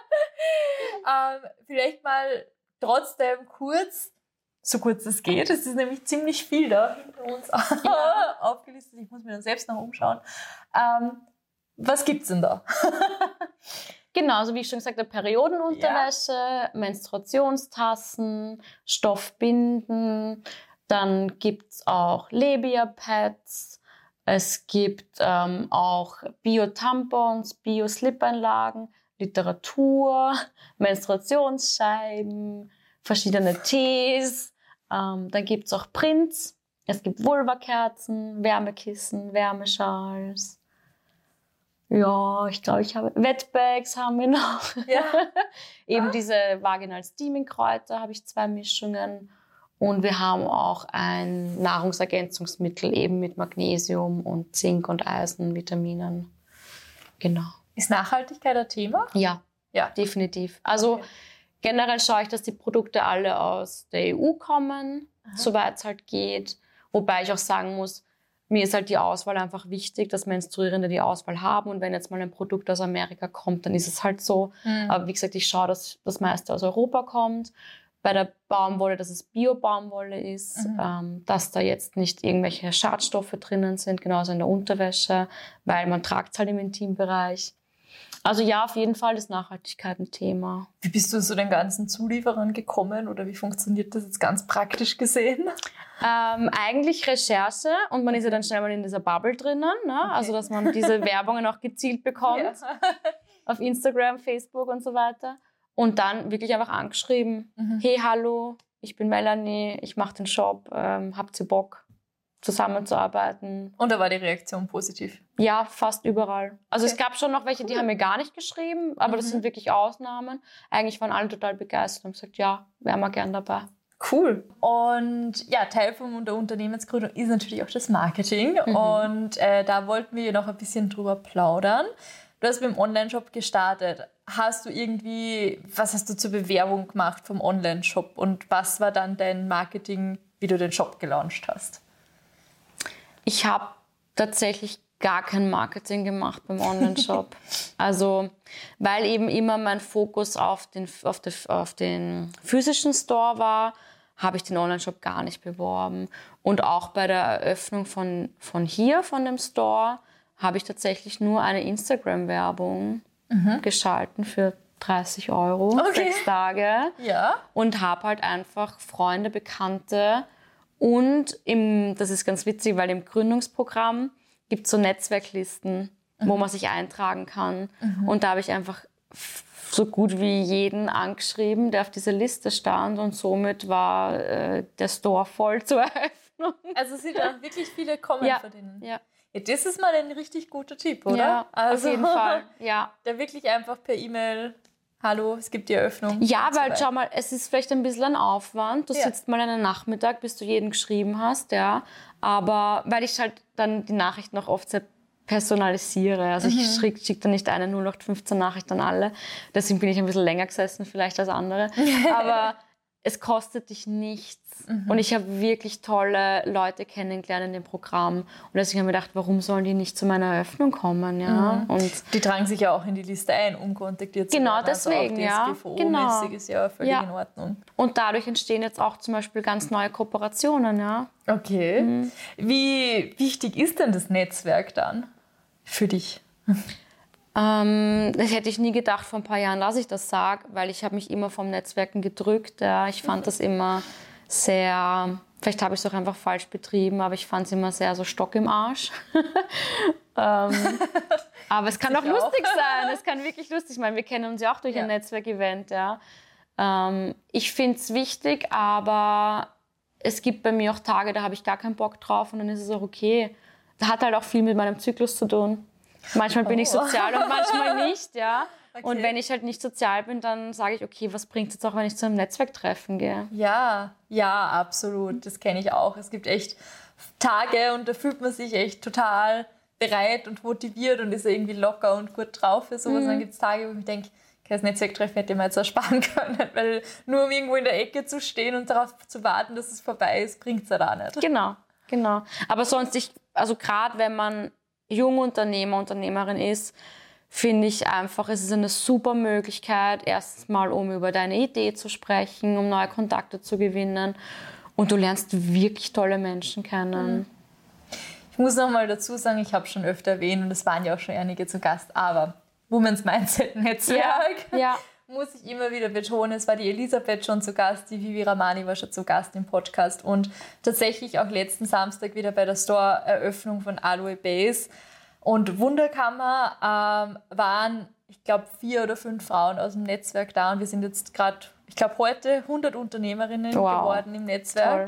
S1: ähm, vielleicht mal trotzdem kurz, so kurz es geht. Es ist nämlich ziemlich viel da hinter uns
S2: Ja.
S1: aufgelistet. Ich muss mir dann selbst noch umschauen. Ähm, was gibt's denn da?
S2: Genau, also wie ich schon gesagt habe, Periodenunterwäsche, Menstruationstassen, Stoffbinden. Dann gibt es auch Lebia-Pads. Es gibt ähm, auch Bio-Tampons, Bio-Slip-Einlagen, Literatur, Menstruationsscheiben, verschiedene Tees. Ähm, dann gibt es auch Prints. Es gibt Vulva-Kerzen, Wärmekissen, Wärmeschals. Ja, ich glaube, ich habe Wetbags haben wir noch.
S1: Ja.
S2: Eben
S1: ah.
S2: diese Vaginal Steaming Kräuter habe ich zwei Mischungen. Und wir haben auch ein Nahrungsergänzungsmittel eben mit Magnesium und Zink und Eisen, Vitaminen. Genau.
S1: Ist Nachhaltigkeit ein Thema?
S2: Ja,
S1: ja.
S2: definitiv. Also
S1: okay.
S2: generell schaue ich, dass die Produkte alle aus der E U kommen, aha, soweit es halt geht. Wobei ich auch sagen muss, mir ist halt die Auswahl einfach wichtig, dass Menstruierende die Auswahl haben. Und wenn jetzt mal ein Produkt aus Amerika kommt, dann ist es halt so. Mhm. Aber wie gesagt, ich schaue, dass das meiste aus Europa kommt. Bei der Baumwolle, dass es Bio-Baumwolle ist, mhm, ähm, dass da jetzt nicht irgendwelche Schadstoffe drinnen sind, genauso in der Unterwäsche, weil man tragt es halt im Intimbereich. Also ja, auf jeden Fall ist Nachhaltigkeit ein Thema.
S1: Wie bist du zu den ganzen Zulieferern gekommen oder wie funktioniert das jetzt ganz praktisch gesehen?
S2: Ähm, eigentlich Recherche und man ist ja dann schnell mal in dieser Bubble drinnen, ne? Okay. Also dass man diese Werbungen auch gezielt bekommt, ja, auf Instagram, Facebook und so weiter. Und dann wirklich einfach angeschrieben, mhm, hey, hallo, ich bin Melanie, ich mache den Shop, ähm, habt ihr Bock, zusammenzuarbeiten?
S1: Und da war die Reaktion positiv?
S2: Ja, fast überall. Also okay, es gab schon noch welche, die, cool, haben mir gar nicht geschrieben, aber, mhm, das sind wirklich Ausnahmen. Eigentlich waren alle total begeistert und haben gesagt, ja, wären wir gern dabei.
S1: Cool. Und ja, Teil von der Unternehmensgründung ist natürlich auch das Marketing. Mhm. Und äh, da wollten wir noch ein bisschen drüber plaudern. Du hast mit dem Online-Shop gestartet. Hast du irgendwie, was hast du zur Bewerbung gemacht vom Online-Shop? Und was war dann dein Marketing, wie du den Shop gelauncht hast?
S2: Ich habe tatsächlich gar kein Marketing gemacht beim Online-Shop. Also, weil eben immer mein Fokus auf den, auf, den, auf den physischen Store war, habe ich den Online-Shop gar nicht beworben. Und auch bei der Eröffnung von, von hier, von dem Store, habe ich tatsächlich nur eine Instagram-Werbung, mhm, geschalten für dreißig Euro, okay, sechs Tage. Ja. Und habe halt einfach Freunde, Bekannte und im, das ist ganz witzig, weil im Gründungsprogramm gibt es so Netzwerklisten, mhm, wo man sich eintragen kann. Mhm. Und da habe ich einfach so gut wie jeden angeschrieben, der auf dieser Liste stand. Und somit war äh, der Store voll zur Eröffnung.
S1: Also sind auch wirklich viele kommen, ja, von denen.
S2: Ja.
S1: Ja, das ist mal ein richtig guter Tipp, oder?
S2: Ja,
S1: also,
S2: auf jeden Fall, ja.
S1: Der wirklich einfach per E-Mail, hallo, es gibt die Eröffnung.
S2: Ja, weil schau mal, es ist vielleicht ein bisschen ein Aufwand. Du, ja, sitzt mal einen Nachmittag, bis du jeden geschrieben hast, ja. Aber weil ich halt dann die Nachrichten auch oft sehr personalisiere. Also mhm, ich schicke schick dann nicht eine null acht fünfzehn Nachricht an alle. Deswegen bin ich ein bisschen länger gesessen vielleicht als andere. Aber es kostet dich nichts. Mhm. Und ich habe wirklich tolle Leute kennengelernt in dem Programm. Und deswegen habe ich mir gedacht, warum sollen die nicht zu meiner Eröffnung kommen? Ja?
S1: Mhm. Und die tragen sich ja auch in die Liste ein, um kontaktiert zu
S2: genau
S1: werden.
S2: Deswegen,
S1: also auch D S G V O-mäßig
S2: genau,
S1: ist ja völlig, ja, in Ordnung.
S2: Und dadurch entstehen jetzt auch zum Beispiel ganz neue Kooperationen. Ja?
S1: Okay. Mhm. Wie wichtig ist denn das Netzwerk dann für dich?
S2: Ähm, das hätte ich nie gedacht vor ein paar Jahren, dass ich das sage, weil ich habe mich immer vom Netzwerken gedrückt. Ja. Ich fand das immer sehr, vielleicht habe ich es auch einfach falsch betrieben, aber ich fand es immer sehr so Stock im Arsch. ähm, aber es kann auch lustig sein, es kann wirklich lustig sein. Wir kennen uns ja auch durch, ja, ein Netzwerkevent. Ja. Ähm, ich finde es wichtig, aber es gibt bei mir auch Tage, da habe ich gar keinen Bock drauf und dann ist es auch okay. Das hat halt auch viel mit meinem Zyklus zu tun. Manchmal bin oh. ich sozial und manchmal nicht, ja. Okay. Und wenn ich halt nicht sozial bin, dann sage ich, okay, was bringt es jetzt auch, wenn ich zu einem Netzwerktreffen gehe?
S1: Ja, ja, absolut. Das kenne ich auch. Es gibt echt Tage und da fühlt man sich echt total bereit und motiviert und ist irgendwie locker und gut drauf für sowas. Mhm. Und dann gibt es Tage, wo ich mir denke, okay, das Netzwerktreffen hätte ich mir jetzt ersparen können, weil nur um irgendwo in der Ecke zu stehen und darauf zu warten, dass es vorbei ist, bringt es ja da nicht.
S2: Genau, genau. Aber sonst, ich, also gerade wenn man Jungunternehmer, Unternehmerin ist, finde ich einfach, es ist eine super Möglichkeit, erstens mal, um über deine Idee zu sprechen, um neue Kontakte zu gewinnen und du lernst wirklich tolle Menschen kennen.
S1: Ich muss noch mal dazu sagen, ich habe schon öfter erwähnt und es waren ja auch schon einige zu Gast, aber Women's Mindset Netzwerk,
S2: ja, ja,
S1: muss ich immer wieder betonen, es war die Elisabeth schon zu Gast, die Vivi Ramani war schon zu Gast im Podcast und tatsächlich auch letzten Samstag wieder bei der Store-Eröffnung von Aloe Base. Und Wunderkammer ähm, waren, ich glaube, vier oder fünf Frauen aus dem Netzwerk da und wir sind jetzt gerade, ich glaube, heute hundert Unternehmerinnen
S2: wow.
S1: geworden im Netzwerk.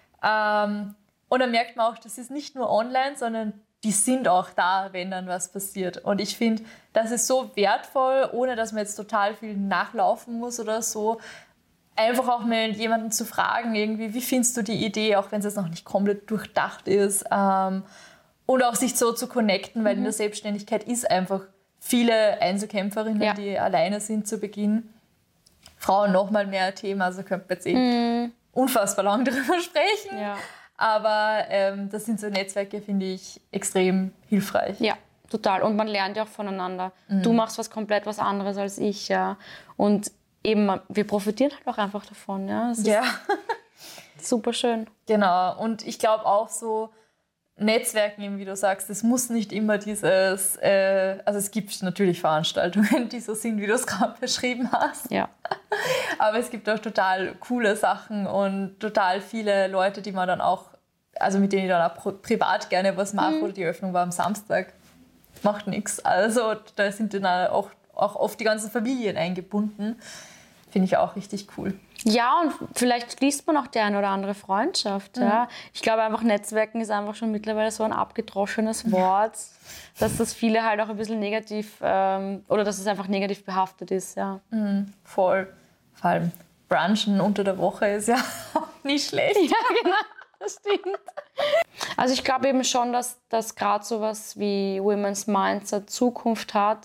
S1: Ähm, und dann merkt man auch, das ist nicht nur online, sondern die sind auch da, wenn dann was passiert. Und ich finde, das ist so wertvoll, ohne dass man jetzt total viel nachlaufen muss oder so. Einfach auch mal jemanden zu fragen, irgendwie, wie findest du die Idee, auch wenn es jetzt noch nicht komplett durchdacht ist. Ähm, und auch sich so zu connecten, weil mhm. in der Selbstständigkeit ist einfach viele Einzelkämpferinnen, ja. die alleine sind zu Beginn. Frauen noch mal mehr Thema, also könnte man jetzt eh mhm. unfassbar lang darüber sprechen.
S2: Ja.
S1: Aber ähm, das sind so Netzwerke, finde ich, extrem hilfreich.
S2: Ja, total. Und man lernt ja auch voneinander. Mhm. Du machst was komplett was anderes als ich, ja. Und eben, wir profitieren halt auch einfach davon, ja. Das ist
S1: ja.
S2: super schön.
S1: Genau. Und ich glaube auch so, Netzwerken, eben wie du sagst, es muss nicht immer dieses, äh, also es gibt natürlich Veranstaltungen, die so sind, wie du es gerade beschrieben hast.
S2: Ja.
S1: Aber es gibt auch total coole Sachen und total viele Leute, die man dann auch, also mit denen ich dann auch privat gerne was mache. Mhm. Oder die Öffnung war am Samstag, macht nichts. Also da sind dann auch, auch oft die ganzen Familien eingebunden. Finde ich auch richtig cool.
S2: Ja, und vielleicht schließt man auch die eine oder andere Freundschaft. Mhm. Ja. Ich glaube einfach, Netzwerken ist einfach schon mittlerweile so ein abgedroschenes Wort, dass das viele halt auch ein bisschen negativ, ähm, oder dass es einfach negativ behaftet ist. Ja.
S1: Mhm, voll. Vor allem Brunchen unter der Woche ist ja auch nicht schlecht.
S2: Ja, genau, das stimmt. Also ich glaube eben schon, dass, dass gerade sowas wie Women's Mindset Zukunft hat,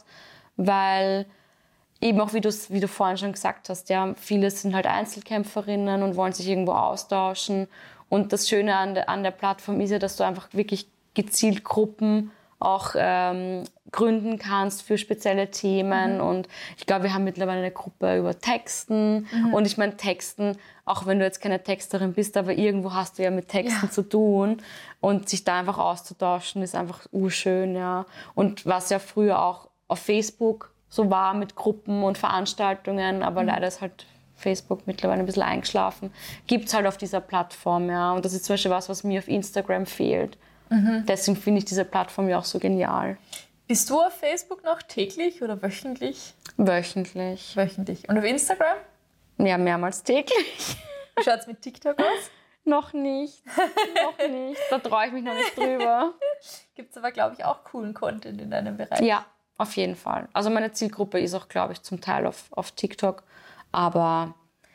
S2: weil eben auch, wie, wie du vorhin schon gesagt hast, ja, viele sind halt Einzelkämpferinnen und wollen sich irgendwo austauschen. Und das Schöne an der, an der Plattform ist ja, dass du einfach wirklich gezielt Gruppen auch ähm, gründen kannst für spezielle Themen. Mhm. Und ich glaube, wir haben mittlerweile eine Gruppe über Texten. Mhm. Und ich meine, Texten, auch wenn du jetzt keine Texterin bist, aber irgendwo hast du ja mit Texten ja. zu tun. Und sich da einfach auszutauschen, ist einfach urschön, ja. Und was ja früher auch auf Facebook so war mit Gruppen und Veranstaltungen, aber mhm. leider ist halt Facebook mittlerweile ein bisschen eingeschlafen, gibt es halt auf dieser Plattform, ja. Und das ist zum Beispiel was, was mir auf Instagram fehlt. Mhm. Deswegen finde ich diese Plattform ja auch so genial.
S1: Bist du auf Facebook noch täglich oder wöchentlich?
S2: Wöchentlich.
S1: Wöchentlich. Und auf Instagram?
S2: Ja, mehrmals täglich.
S1: Wie schaut es mit TikTok aus?
S2: Noch nicht. Noch nicht. Da traue ich mich noch nicht drüber.
S1: Gibt es aber, glaube ich, auch coolen Content in deinem Bereich.
S2: Ja, auf jeden Fall. Also meine Zielgruppe ist auch, glaube ich, zum Teil auf, auf TikTok. Aber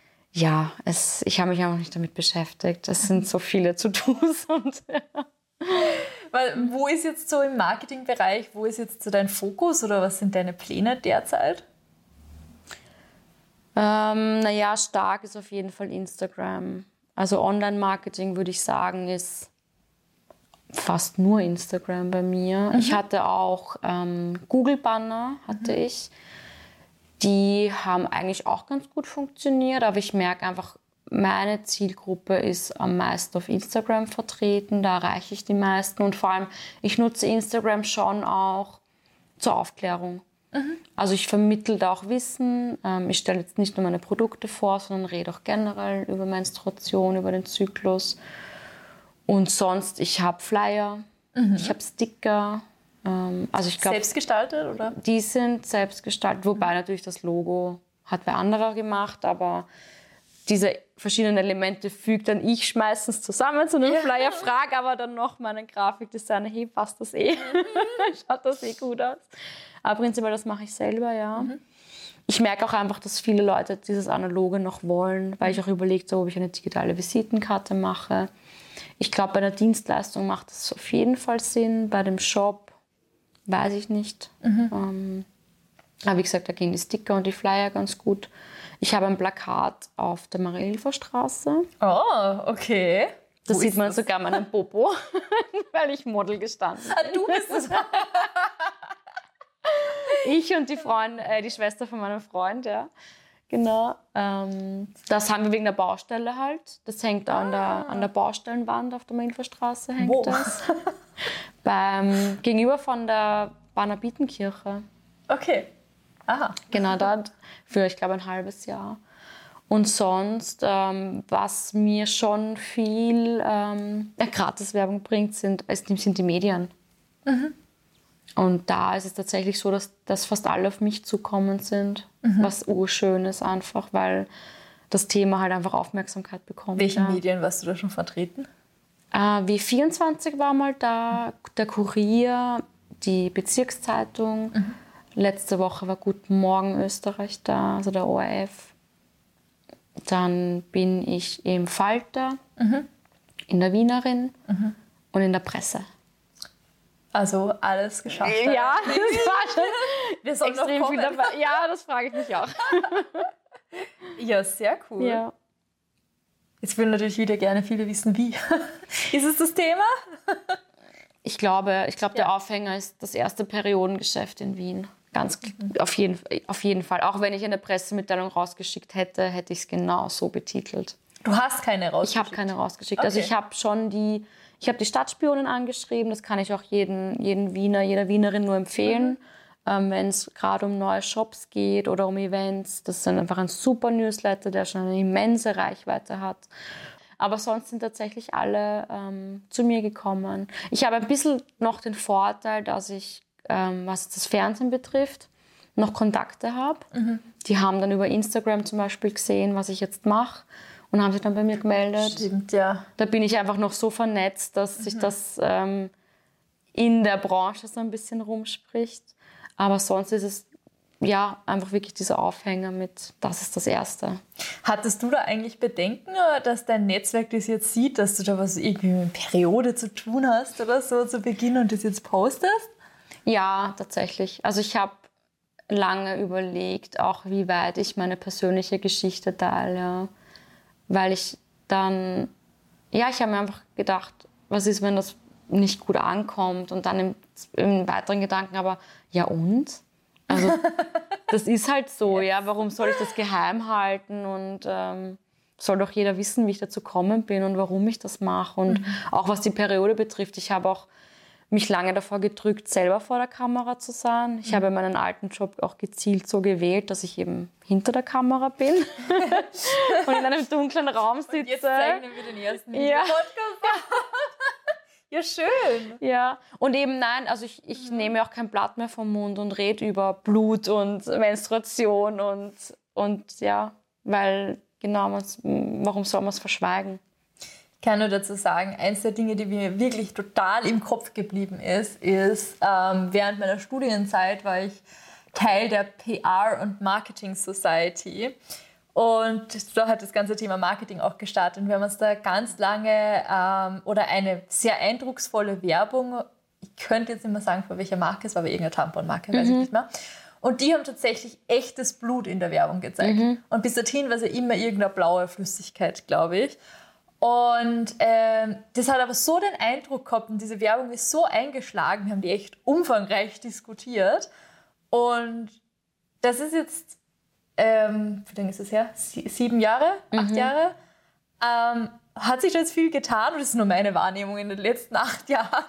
S2: ja, es, ich habe mich auch nicht damit beschäftigt. Es sind so viele To-Dos. Und, ja.
S1: Weil, wo ist jetzt so im Marketingbereich, wo ist jetzt so dein Fokus oder was sind deine Pläne derzeit?
S2: Ähm, naja, stark ist auf jeden Fall Instagram. Also Online-Marketing, würde ich sagen, ist fast nur Instagram bei mir. Mhm. Ich hatte auch ähm, Google-Banner, hatte mhm. ich. Die haben eigentlich auch ganz gut funktioniert, aber ich merke einfach, meine Zielgruppe ist am meisten auf Instagram vertreten, da erreiche ich die meisten. Und vor allem, ich nutze Instagram schon auch zur Aufklärung. Mhm. Also ich vermittle da auch Wissen. Ich stelle jetzt nicht nur meine Produkte vor, sondern rede auch generell über Menstruation, über den Zyklus. Und sonst, ich habe Flyer, mhm. ich habe Sticker. Also ich glaub,
S1: selbst gestaltet, oder?
S2: Die sind selbst gestaltet, wobei mhm. natürlich das Logo hat wer anderer gemacht, aber diese verschiedenen Elemente fügt dann ich meistens zusammen zu einem ja. Flyer, frage aber dann noch meinen Grafikdesigner, hey, passt das eh? Schaut das eh gut aus? Aber prinzipiell, das mache ich selber, ja. Mhm. Ich merke auch einfach, dass viele Leute dieses Analoge noch wollen, weil ich auch überlegt habe, ob ich eine digitale Visitenkarte mache. Ich glaube, bei einer Dienstleistung macht das auf jeden Fall Sinn. Bei dem Shop weiß ich nicht. Mhm. Ähm, aber wie gesagt, da gehen die Sticker und die Flyer ganz gut. Ich habe ein Plakat auf der Marie-Hilfer-Straße.
S1: Oh, okay.
S2: Da sieht man das? Sogar meinen Popo, weil ich Model gestanden bin.
S1: Ah, du bist es.
S2: Ich und die Freund, äh, die Schwester von meinem Freund, ja. Genau. Ähm, das haben wir wegen der Baustelle halt. Das hängt ah. an, der, an der Baustellenwand auf der Marie-Hilfer-Straße. Hängt Wo? Das. Beim, gegenüber von der Barnabitenkirche.
S1: Okay. Aha.
S2: Genau, dort für, ich glaube, ein halbes Jahr. Und sonst, ähm, was mir schon viel ähm, ja, Gratiswerbung bringt, sind, sind die Medien. Mhm. Und da ist es tatsächlich so, dass, dass fast alle auf mich zukommen sind, mhm. was urschön ist einfach, weil das Thema halt einfach Aufmerksamkeit bekommt.
S1: Welchen
S2: ja.
S1: Medien warst du da schon vertreten?
S2: Äh, W vierundzwanzig war mal da, der Kurier, die Bezirkszeitung. Mhm. Letzte Woche war Guten Morgen Österreich da, also der O R F. Dann bin ich im Falter, mhm. in der Wienerin mhm. und in der Presse.
S1: Also alles geschafft.
S2: Ja, das war schon wir sollen extrem viel dabei. Ja, das frage ich mich auch.
S1: Ja, sehr cool.
S2: Ja.
S1: Jetzt würden natürlich wieder gerne viele wissen, wie. Ist es das Thema?
S2: Ich glaube, ich glaube ja. Der Aufhänger ist das erste Periodengeschäft in Wien. Ganz mhm. auf, jeden, auf jeden Fall. Auch wenn ich eine Pressemitteilung rausgeschickt hätte, hätte ich es genau so betitelt.
S1: Du hast keine rausgeschickt?
S2: Ich habe keine rausgeschickt. Okay. Also ich habe schon die, ich habe die Stadtspionin angeschrieben. Das kann ich auch jeden, jeden Wiener, jeder Wienerin nur empfehlen. Mhm. Ähm, wenn es gerade um neue Shops geht oder um Events. Das ist dann einfach ein super Newsletter, der schon eine immense Reichweite hat. Aber sonst sind tatsächlich alle ähm, zu mir gekommen. Ich habe ein bisschen noch den Vorteil, dass ich, ähm, was das Fernsehen betrifft, noch Kontakte habe. Mhm. Die haben dann über Instagram zum Beispiel gesehen, was ich jetzt mache und haben sich dann bei mir gemeldet.
S1: Stimmt, ja.
S2: Da bin ich einfach noch so vernetzt, dass mhm. sich das ähm, in der Branche so ein bisschen rumspricht. Aber sonst ist es ja einfach wirklich dieser Aufhänger mit, das ist das Erste.
S1: Hattest du da eigentlich Bedenken, dass dein Netzwerk das jetzt sieht, dass du da was irgendwie mit Periode zu tun hast oder so zu Beginn und das jetzt postest?
S2: Ja, tatsächlich. Also ich habe lange überlegt, auch wie weit ich meine persönliche Geschichte teile, weil ich dann, ja, ich habe mir einfach gedacht, was ist, wenn das nicht gut ankommt und dann im, im weiteren Gedanken, aber ja und? Also das ist halt so, ja, warum soll ich das geheim halten und ähm, soll doch jeder wissen, wie ich dazu gekommen bin und warum ich das mache und mhm. auch was die Periode betrifft. Ich habe auch mich lange davor gedrückt, selber vor der Kamera zu sein. Ich mhm. habe meinen alten Job auch gezielt so gewählt, dass ich eben hinter der Kamera bin und in einem dunklen Raum sitze. Und
S1: jetzt zeigen wir den ersten Video-Podcast. Ja. Ja, schön.
S2: Ja, und eben nein, also ich, ich mhm. nehme auch kein Blatt mehr vom Mund und rede über Blut und Menstruation und, und ja, weil genau, warum soll man es verschweigen?
S1: Ich kann nur dazu sagen, eins der Dinge, die mir wirklich total im Kopf geblieben ist, ist, ähm, während meiner Studienzeit war ich Teil der P R und Marketing Society. Und da hat das ganze Thema Marketing auch gestartet. Und wir haben uns da ganz lange ähm, oder eine sehr eindrucksvolle Werbung, ich könnte jetzt nicht mehr sagen, von welcher Marke es war, aber irgendeine Tamponmarke, weiß mhm. ich nicht mehr. Und die haben tatsächlich echtes Blut in der Werbung gezeigt. Mhm. Und bis dahin war es ja immer irgendeine blaue Flüssigkeit, glaube ich. Und ähm, das hat aber so den Eindruck gehabt und diese Werbung ist so eingeschlagen, wir haben die echt umfangreich diskutiert. Und das ist jetzt... Ähm, wie lange ist es her? Sie, sieben Jahre? Acht mhm. Jahre? Ähm, hat sich da jetzt viel getan? Oder ist es nur meine Wahrnehmung in den letzten acht Jahren?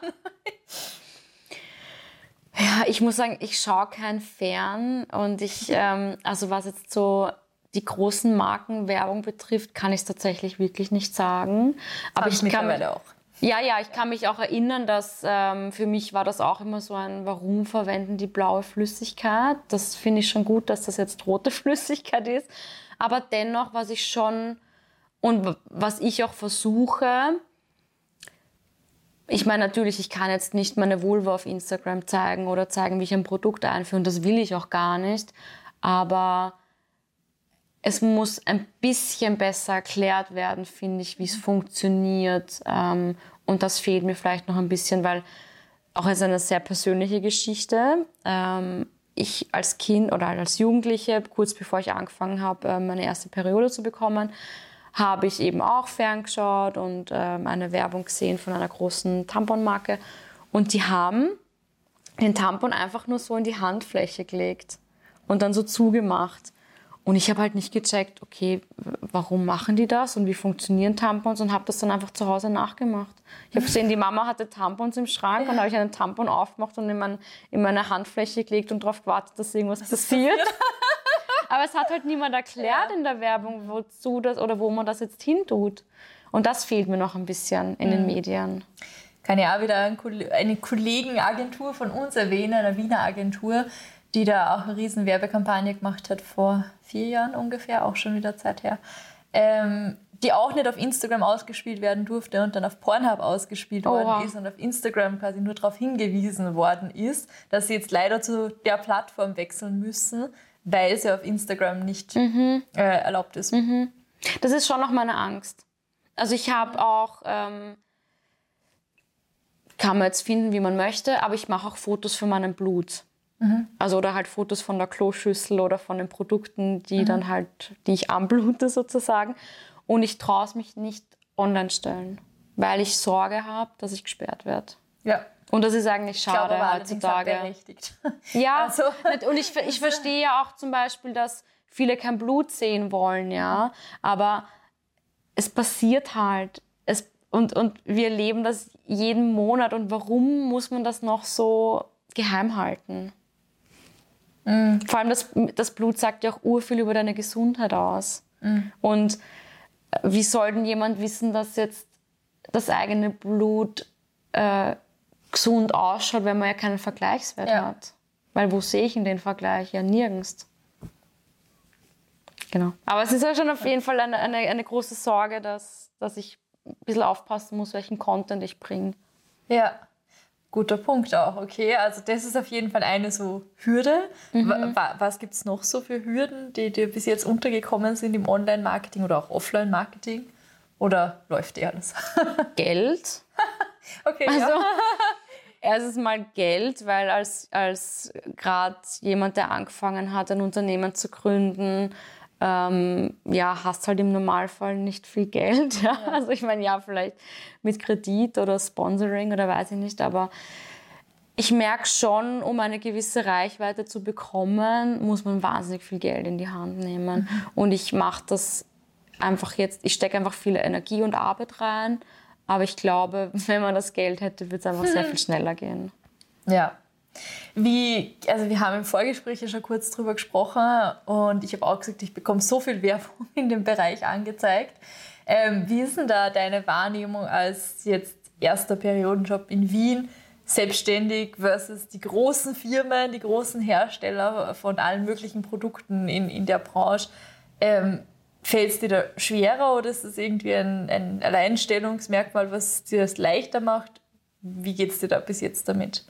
S2: Ja, ich muss sagen, ich schaue kein Fern. Und ich, ähm, also was jetzt so die großen Markenwerbung betrifft, kann ich es tatsächlich wirklich nicht sagen. Aber ich kann mich, auch. Ja, ja, ich kann mich auch erinnern, dass ähm, für mich war das auch immer so ein, warum verwenden die blaue Flüssigkeit? Das finde ich schon gut, dass das jetzt rote Flüssigkeit ist. Aber dennoch, was ich schon und was ich auch versuche, ich meine natürlich, ich kann jetzt nicht meine Vulva auf Instagram zeigen oder zeigen, wie ich ein Produkt einführe. Und das will ich auch gar nicht. Aber es muss ein bisschen besser erklärt werden, finde ich, wie es funktioniert. Ähm, und das fehlt mir vielleicht noch ein bisschen, weil auch es ist eine sehr persönliche Geschichte. Ähm, ich als Kind oder als Jugendliche, kurz bevor ich angefangen habe, meine erste Periode zu bekommen, habe ich eben auch ferngeschaut und ähm, eine Werbung gesehen von einer großen Tamponmarke. Und die haben den Tampon einfach nur so in die Handfläche gelegt und dann so zugemacht. Und ich habe halt nicht gecheckt, okay, warum machen die das und wie funktionieren Tampons und habe das dann einfach zu Hause nachgemacht. Ich habe gesehen, die Mama hatte Tampons im Schrank ja. und habe ich einen Tampon aufgemacht und in, mein, in meine Handfläche gelegt und darauf gewartet, dass irgendwas das passiert. passiert. Aber es hat halt niemand erklärt ja. in der Werbung, wozu das oder wo man das jetzt hin tut. Und das fehlt mir noch ein bisschen in mhm. den Medien.
S1: Kann ja auch wieder eine Kollegenagentur von uns erwähnen, eine Wiener Agentur, die da auch eine riesen Werbekampagne gemacht hat vor vier Jahren ungefähr, auch schon wieder Zeit her, ähm, die auch nicht auf Instagram ausgespielt werden durfte und dann auf Pornhub ausgespielt
S2: Oha.
S1: worden ist und auf Instagram quasi nur darauf hingewiesen worden ist, dass sie jetzt leider zu der Plattform wechseln müssen, weil sie auf Instagram nicht
S2: Mhm.
S1: äh, erlaubt ist.
S2: Mhm. Das ist schon noch meine Angst. Also ich habe auch, ähm, kann man jetzt finden, wie man möchte, aber ich mache auch Fotos für meinen Blut.
S1: Mhm.
S2: Also oder halt Fotos von der Kloschüssel oder von den Produkten, die mhm. dann halt, die ich anblute sozusagen. Und ich traue es mich nicht online stellen, weil ich Sorge habe, dass ich gesperrt werde.
S1: Ja.
S2: Und das ist eigentlich schade
S1: ich glaube,
S2: heutzutage.
S1: Berechtigt.
S2: Ja,
S1: also.
S2: und ich, ich verstehe ja auch zum Beispiel, dass viele kein Blut sehen wollen, ja. Aber es passiert halt. Es, und, und wir erleben das jeden Monat. Und warum muss man das noch so geheim halten? Mhm. Vor allem das, das Blut sagt ja auch urviel über deine Gesundheit aus. Mhm. Und wie soll denn jemand wissen, dass jetzt das eigene Blut äh, gesund ausschaut, wenn man ja keinen Vergleichswert ja. hat? Weil wo sehe ich in den Vergleich? Ja, nirgends. Genau. Aber es ist ja schon auf jeden Fall eine, eine, eine große Sorge, dass, dass ich ein bisschen aufpassen muss, welchen Content ich bringe.
S1: Ja, guter Punkt auch. Okay, also das ist auf jeden Fall eine so Hürde. Mhm. Was, was gibt es noch so für Hürden, die dir bis jetzt untergekommen sind im Online-Marketing oder auch Offline-Marketing? Oder läuft dir alles?
S2: Geld.
S1: Okay,
S2: also,
S1: ja.
S2: Erstens mal Geld, weil als, als gerade jemand, der angefangen hat, ein Unternehmen zu gründen, ähm, ja, hast halt im Normalfall nicht viel Geld. Ja? Ja. Also ich meine, ja, vielleicht mit Kredit oder Sponsoring oder weiß ich nicht, aber ich merke schon, um eine gewisse Reichweite zu bekommen, muss man wahnsinnig viel Geld in die Hand nehmen. Mhm. Und ich mache das einfach jetzt, ich stecke einfach viel Energie und Arbeit rein, aber ich glaube, wenn man das Geld hätte, würde es einfach sehr viel schneller gehen.
S1: Ja. Wie, also wir haben im Vorgespräch ja schon kurz drüber gesprochen und ich habe auch gesagt, ich bekomme so viel Werbung in dem Bereich angezeigt. Ähm, wie ist denn da deine Wahrnehmung als jetzt erster Periodenjob in Wien, selbstständig versus die großen Firmen, die großen Hersteller von allen möglichen Produkten in, in der Branche? Ähm, Fällt es dir da schwerer oder ist das irgendwie ein, ein Alleinstellungsmerkmal, was dir das leichter macht? Wie geht es dir da bis jetzt damit?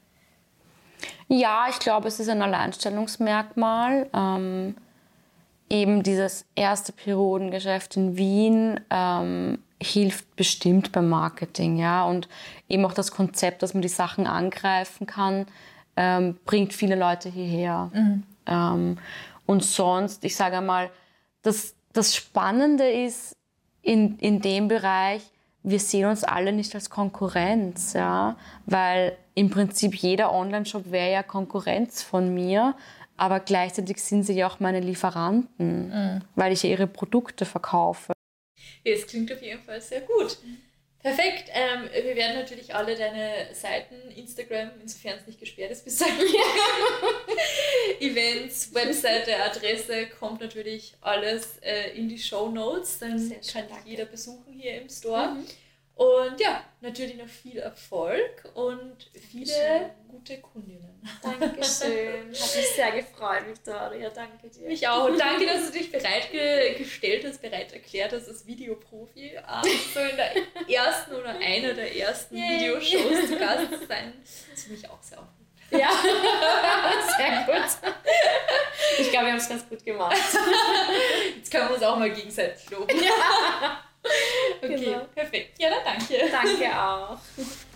S2: Ja, ich glaube, es ist ein Alleinstellungsmerkmal. Ähm, eben dieses erste Periodengeschäft in Wien ähm, hilft bestimmt beim Marketing. Ja? Und eben auch das Konzept, dass man die Sachen angreifen kann, ähm, bringt viele Leute hierher. Mhm. Ähm, und sonst, ich sage einmal, das, das Spannende ist in, in dem Bereich, wir sehen uns alle nicht als Konkurrenz, ja? Weil im Prinzip jeder Online-Shop wäre ja Konkurrenz von mir, aber gleichzeitig sind sie ja auch meine Lieferanten, mhm. weil ich ja ihre Produkte verkaufe.
S1: Ja, das klingt auf jeden Fall sehr gut. Perfekt. Ähm, wir werden natürlich alle deine Seiten, Instagram, insofern es nicht gesperrt ist, bis dahin. Events, Webseite, Adresse, kommt natürlich alles äh, in die Shownotes. Dann sehr kann dich jeder besuchen hier im Store. Mhm. Und ja, natürlich noch viel Erfolg und viele Dankeschön. Gute Kundinnen.
S3: Dankeschön. Hat mich sehr gefreut, Victoria. Danke dir.
S1: Mich auch. Und danke, dass du dich bereitgestellt hast, bereit erklärt hast, als Videoprofi ähm, so in der ersten oder einer der ersten Yay. Videoshows zu Gast zu sein. Das ist für mich auch sehr aufregend.
S3: Ja, sehr gut. Ich glaube, wir haben es ganz gut gemacht.
S1: Jetzt können wir uns auch mal gegenseitig loben.
S3: Ja.
S1: Okay, genau. Perfekt. Ja, dann danke.
S3: Danke auch.